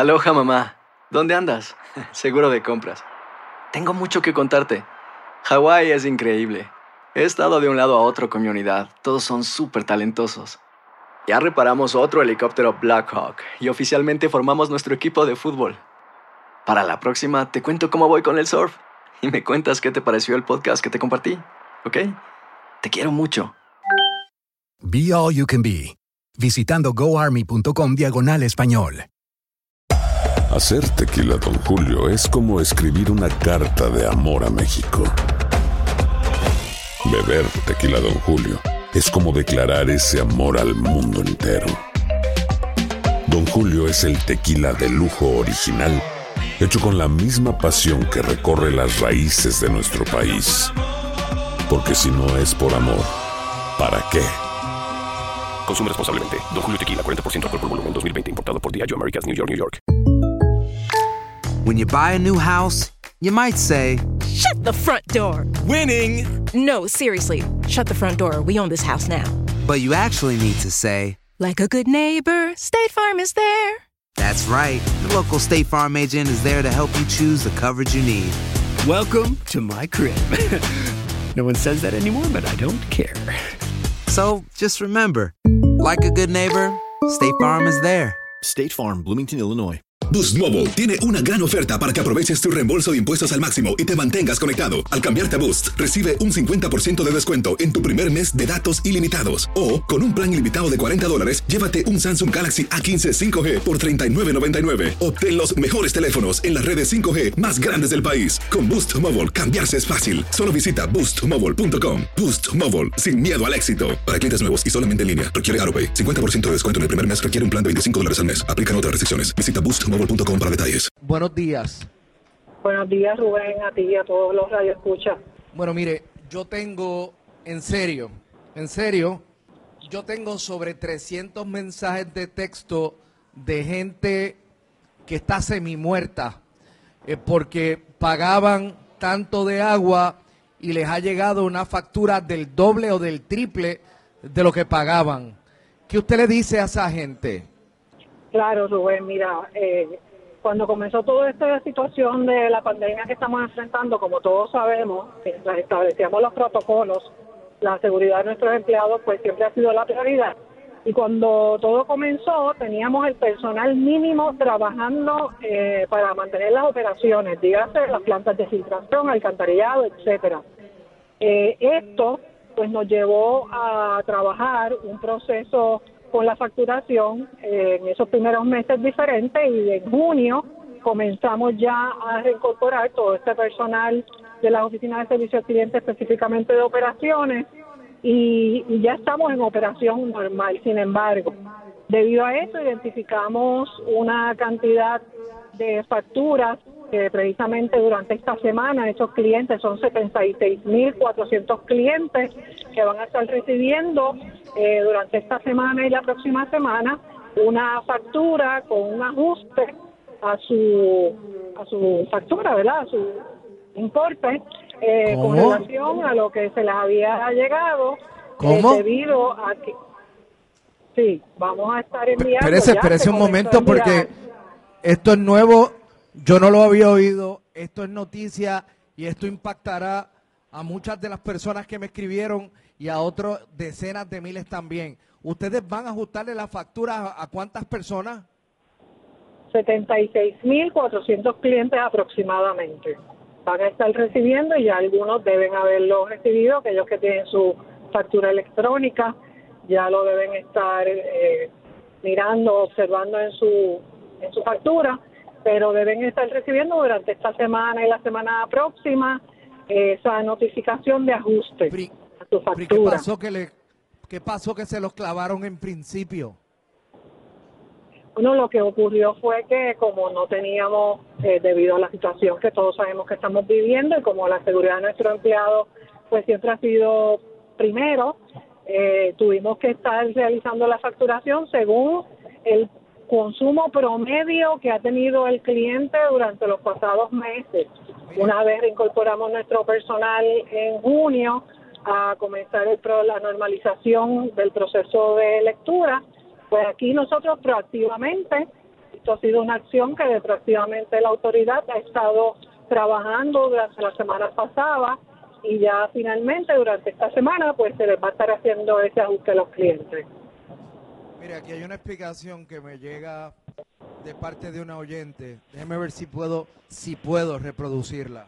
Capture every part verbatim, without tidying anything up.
Aloha, mamá. ¿Dónde andas? Seguro de compras. Tengo mucho que contarte. Hawái es increíble. He estado de un lado a otro con mi unidad. Todos son súper talentosos. Ya reparamos otro helicóptero Blackhawk y oficialmente formamos nuestro equipo de fútbol. Para la próxima te cuento cómo voy con el surf y me cuentas qué te pareció el podcast que te compartí, ¿ok? Te quiero mucho. Be All You Can Be, visitando goarmy.com diagonal español. Hacer tequila Don Julio es como escribir una carta de amor a México. Beber tequila Don Julio es como declarar ese amor al mundo entero. Don Julio es el tequila de lujo original, hecho con la misma pasión que recorre las raíces de nuestro país. Porque si no es por amor, ¿para qué? Consume responsablemente. Don Julio Tequila, cuarenta por ciento alcohol por volumen, dos mil veinte. Importado por Diageo Americas, New York, New York. When you buy a new house, you might say, "Shut the front door." Winning! No, seriously. Shut the front door. We own this house now. But you actually need to say, like a good neighbor, State Farm is there. That's right. The local State Farm agent is there to help you choose the coverage you need. Welcome to my crib. No one says that anymore, but I don't care. So just remember, like a good neighbor, State Farm is there. State Farm, Bloomington, Illinois. Boost Mobile tiene una gran oferta para que aproveches tu reembolso de impuestos al máximo y te mantengas conectado. Al cambiarte a Boost, recibe un cincuenta por ciento de descuento en tu primer mes de datos ilimitados. O, con un plan ilimitado de cuarenta dólares, llévate un Samsung Galaxy A quince cinco G por treinta y nueve noventa y nueve. Obtén los mejores teléfonos en las redes cinco G más grandes del país. Con Boost Mobile, cambiarse es fácil. Solo visita boost mobile punto com. Boost Mobile, sin miedo al éxito. Para clientes nuevos y solamente en línea, requiere AutoPay. cincuenta por ciento de descuento en el primer mes, requiere un plan de veinticinco dólares al mes. Aplican otras restricciones. Visita boost mobile punto com para detalles. Buenos días. Buenos días, Rubén, a ti y a todos los radioescuchas. Bueno, mire, yo tengo, en serio, en serio, yo tengo sobre trescientos mensajes de texto de gente que está semi-muerta eh, porque pagaban tanto de agua y les ha llegado una factura del doble o del triple de lo que pagaban. ¿Qué usted le dice a esa gente? Claro, Rubén, mira, eh, cuando comenzó toda esta situación de la pandemia que estamos enfrentando, como todos sabemos, mientras establecíamos los protocolos, la seguridad de nuestros empleados pues siempre ha sido la prioridad. Y cuando todo comenzó, teníamos el personal mínimo trabajando eh, para mantener las operaciones, dígase las plantas de filtración, alcantarillado, etcétera. Eh, esto pues nos llevó a trabajar un proceso con la facturación eh, en esos primeros meses diferentes, y en junio comenzamos ya a reincorporar todo este personal de las oficinas de servicio al cliente, específicamente de operaciones, y, y ya estamos en operación normal. Sin embargo, debido a eso identificamos una cantidad de facturas que precisamente durante esta semana esos clientes, son setenta y seis mil cuatrocientos clientes que van a estar recibiendo eh, durante esta semana y la próxima semana una factura con un ajuste a su a su factura, ¿verdad? A su importe eh, con relación a lo que se les había llegado. ¿Cómo? Eh, debido a que sí, vamos a estar enviando. Espérese, espérese un momento, porque esto es nuevo. Yo no lo había oído, esto es noticia y esto impactará a muchas de las personas que me escribieron y a otras decenas de miles también. ¿Ustedes van a ajustarle la factura a, a cuántas personas? setenta y seis mil cuatrocientos clientes aproximadamente van a estar recibiendo, y ya algunos deben haberlo recibido, aquellos que tienen su factura electrónica ya lo deben estar eh, mirando, observando en su, en su factura, pero deben estar recibiendo durante esta semana y la semana próxima eh, esa notificación de ajuste Pri, a su factura. ¿Qué pasó que le, qué pasó que se los clavaron en principio? Bueno, lo que ocurrió fue que como no teníamos, eh, debido a la situación que todos sabemos que estamos viviendo, y como la seguridad de nuestros empleados pues siempre ha sido primero, eh, tuvimos que estar realizando la facturación según el consumo promedio que ha tenido el cliente durante los pasados meses. Una vez incorporamos nuestro personal en junio a comenzar el pro, la normalización del proceso de lectura, pues aquí nosotros proactivamente esto ha sido una acción que proactivamente la autoridad ha estado trabajando durante la semana pasada y ya finalmente durante esta semana pues se les va a estar haciendo ese ajuste a los clientes. Mire, aquí hay una explicación que me llega de parte de una oyente. Déjeme ver si puedo, si puedo reproducirla.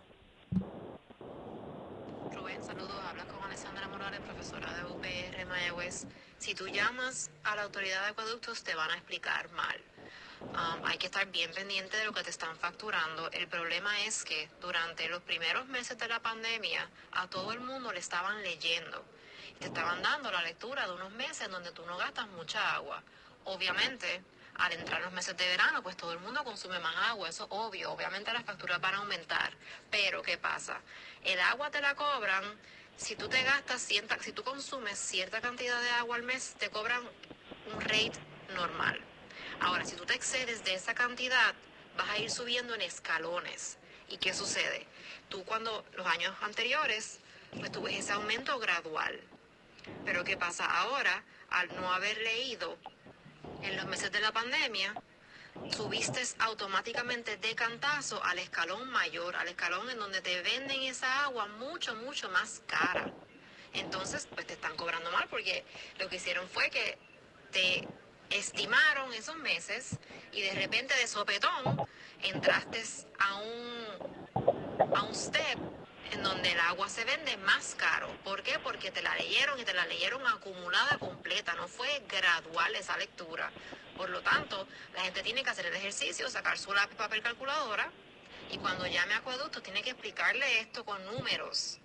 Rubén, saludos. Hablas con Alessandra Morales, profesora de U P R Mayagüez. Si tú llamas a la autoridad de acueductos, te van a explicar mal. Um, hay que estar bien pendiente de lo que te están facturando. El problema es que durante los primeros meses de la pandemia, a todo el mundo le estaban leyendo. Te estaban dando la lectura de unos meses donde tú no gastas mucha agua. Obviamente, al entrar los meses de verano, pues todo el mundo consume más agua, eso es obvio. Obviamente las facturas van a aumentar. Pero, ¿qué pasa? El agua te la cobran, si tú te gastas, cierta, si tú consumes cierta cantidad de agua al mes, te cobran un rate normal. Ahora, si tú te excedes de esa cantidad, vas a ir subiendo en escalones. ¿Y qué sucede? Tú cuando los años anteriores, pues tú ves ese aumento gradual. Pero ¿qué pasa ahora? Al no haber leído en los meses de la pandemia, subiste automáticamente de cantazo al escalón mayor, al escalón en donde te venden esa agua mucho, mucho más cara. Entonces, pues te están cobrando mal porque lo que hicieron fue que te estimaron esos meses y de repente de sopetón entraste a un, a un step en donde el agua se vende más caro. ¿Por qué? Porque te la leyeron y te la leyeron acumulada completa, no fue gradual esa lectura. Por lo tanto, la gente tiene que hacer el ejercicio, sacar su lápiz, papel, calculadora, y cuando llame a acueducto tiene que explicarle esto con números.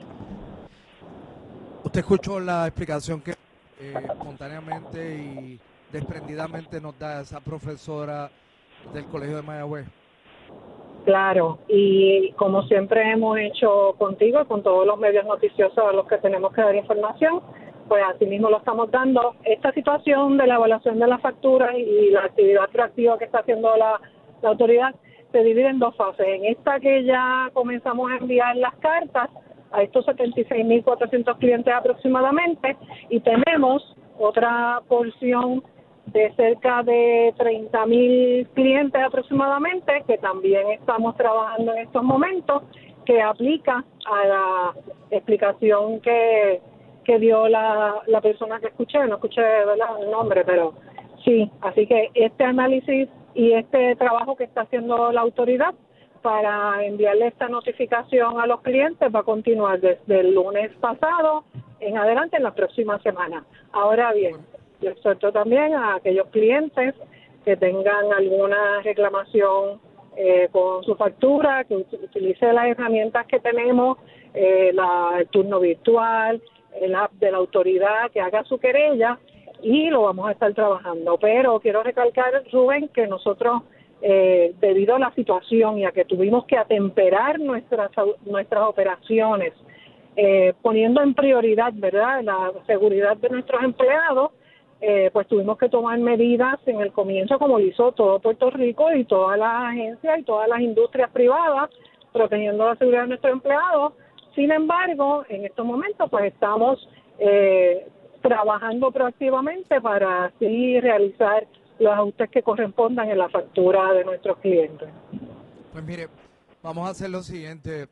Usted escuchó la explicación que eh, espontáneamente y desprendidamente nos da esa profesora del Colegio de Mayagüez. Claro, y como siempre hemos hecho contigo y con todos los medios noticiosos a los que tenemos que dar información, pues así mismo lo estamos dando. Esta situación de la evaluación de las facturas y la actividad proactiva que está haciendo la, la autoridad se divide en dos fases. En esta que ya comenzamos a enviar las cartas a estos setenta y seis mil cuatrocientos clientes aproximadamente, y tenemos otra porción de cerca de treinta mil clientes aproximadamente, que también estamos trabajando en estos momentos, que aplica a la explicación que, que dio la, la persona que escuché, no escuché ¿verdad? el nombre, pero sí, así que este análisis y este trabajo que está haciendo la autoridad para enviarle esta notificación a los clientes va a continuar desde el lunes pasado en adelante en la próxima semana. Ahora bien, yo exhorto también a aquellos clientes que tengan alguna reclamación eh, con su factura, que utilice las herramientas que tenemos, eh, la, el turno virtual, el app de la autoridad, que haga su querella y lo vamos a estar trabajando. Pero quiero recalcar, Rubén, que nosotros, eh, debido a la situación y a que tuvimos que atemperar nuestras, nuestras operaciones, eh, poniendo en prioridad, ¿verdad?, la seguridad de nuestros empleados, Eh, pues tuvimos que tomar medidas en el comienzo, como lo hizo todo Puerto Rico y todas las agencias y todas las industrias privadas, protegiendo la seguridad de nuestros empleados. Sin embargo, en estos momentos pues estamos eh, trabajando proactivamente para así realizar los ajustes que correspondan en la factura de nuestros clientes. Pues mire, vamos a hacer lo siguiente.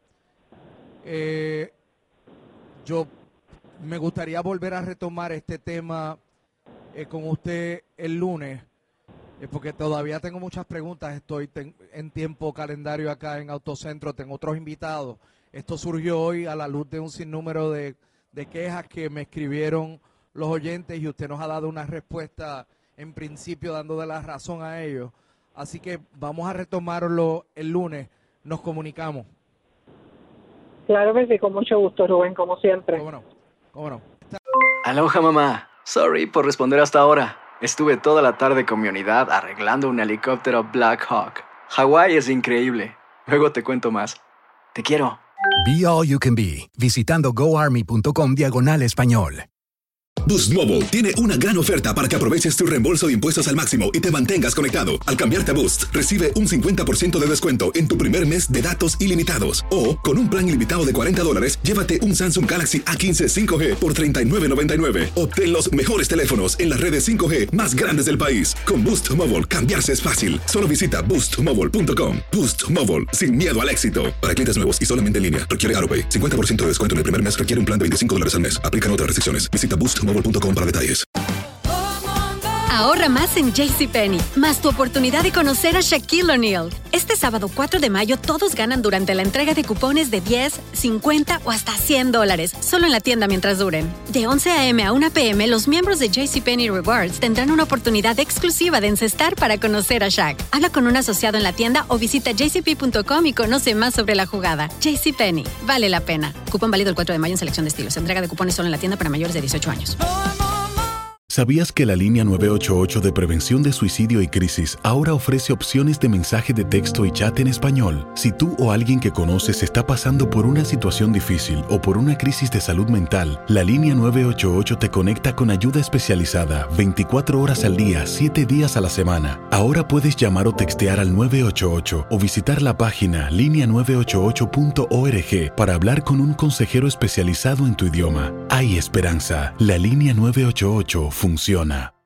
Eh, yo me gustaría volver a retomar este tema Eh, con usted el lunes, eh, porque todavía tengo muchas preguntas. Estoy ten, en tiempo calendario acá en Autocentro, tengo otros invitados. Esto surgió hoy a la luz de un sinnúmero de, de quejas que me escribieron los oyentes y usted nos ha dado una respuesta en principio dándole la razón a ellos. Así que vamos a retomarlo el lunes, nos comunicamos. Claro que sí, con mucho gusto, Rubén, como siempre. ¿Cómo no? ¿Cómo no? Aloha, mamá. Sorry por responder hasta ahora. Estuve toda la tarde con mi unidad arreglando un helicóptero Black Hawk. Hawái es increíble. Luego te cuento más. Te quiero. Be All You Can Be, visitando goarmy.com diagonal español. Boost Mobile tiene una gran oferta para que aproveches tu reembolso de impuestos al máximo y te mantengas conectado. Al cambiarte a Boost, recibe un cincuenta por ciento de descuento en tu primer mes de datos ilimitados. O, con un plan ilimitado de cuarenta dólares, llévate un Samsung Galaxy A quince cinco G por treinta y nueve noventa y nueve. Obtén los mejores teléfonos en las redes cinco G más grandes del país. Con Boost Mobile, cambiarse es fácil. Solo visita boost mobile punto com. Boost Mobile, sin miedo al éxito. Para clientes nuevos y solamente en línea, requiere AutoPay. cincuenta por ciento de descuento en el primer mes, requiere un plan de veinticinco dólares al mes. Aplican otras restricciones. Visita boost mobile punto com para detalles. Ahorra más en JCPenney, más tu oportunidad de conocer a Shaquille O'Neal. Este sábado cuatro de mayo todos ganan durante la entrega de cupones de diez, cincuenta o hasta cien dólares, solo en la tienda mientras duren. De once a eme a una pe eme, los miembros de JCPenney Rewards tendrán una oportunidad exclusiva de encestar para conocer a Shaq. Habla con un asociado en la tienda o visita j c p punto com y conoce más sobre la jugada. JCPenney, vale la pena. Cupón válido el cuatro de mayo en selección de estilos. Entrega de cupones solo en la tienda para mayores de dieciocho años. ¿Sabías que la línea nueve ocho ocho de prevención de suicidio y crisis ahora ofrece opciones de mensaje de texto y chat en español? Si tú o alguien que conoces está pasando por una situación difícil o por una crisis de salud mental, la línea nueve ocho ocho te conecta con ayuda especializada veinticuatro horas al día, siete días a la semana. Ahora puedes llamar o textear al nueve ocho ocho o visitar la página línea nueve ocho ocho punto org para hablar con un consejero especializado en tu idioma. Hay esperanza. La línea nueve ocho ocho funciona.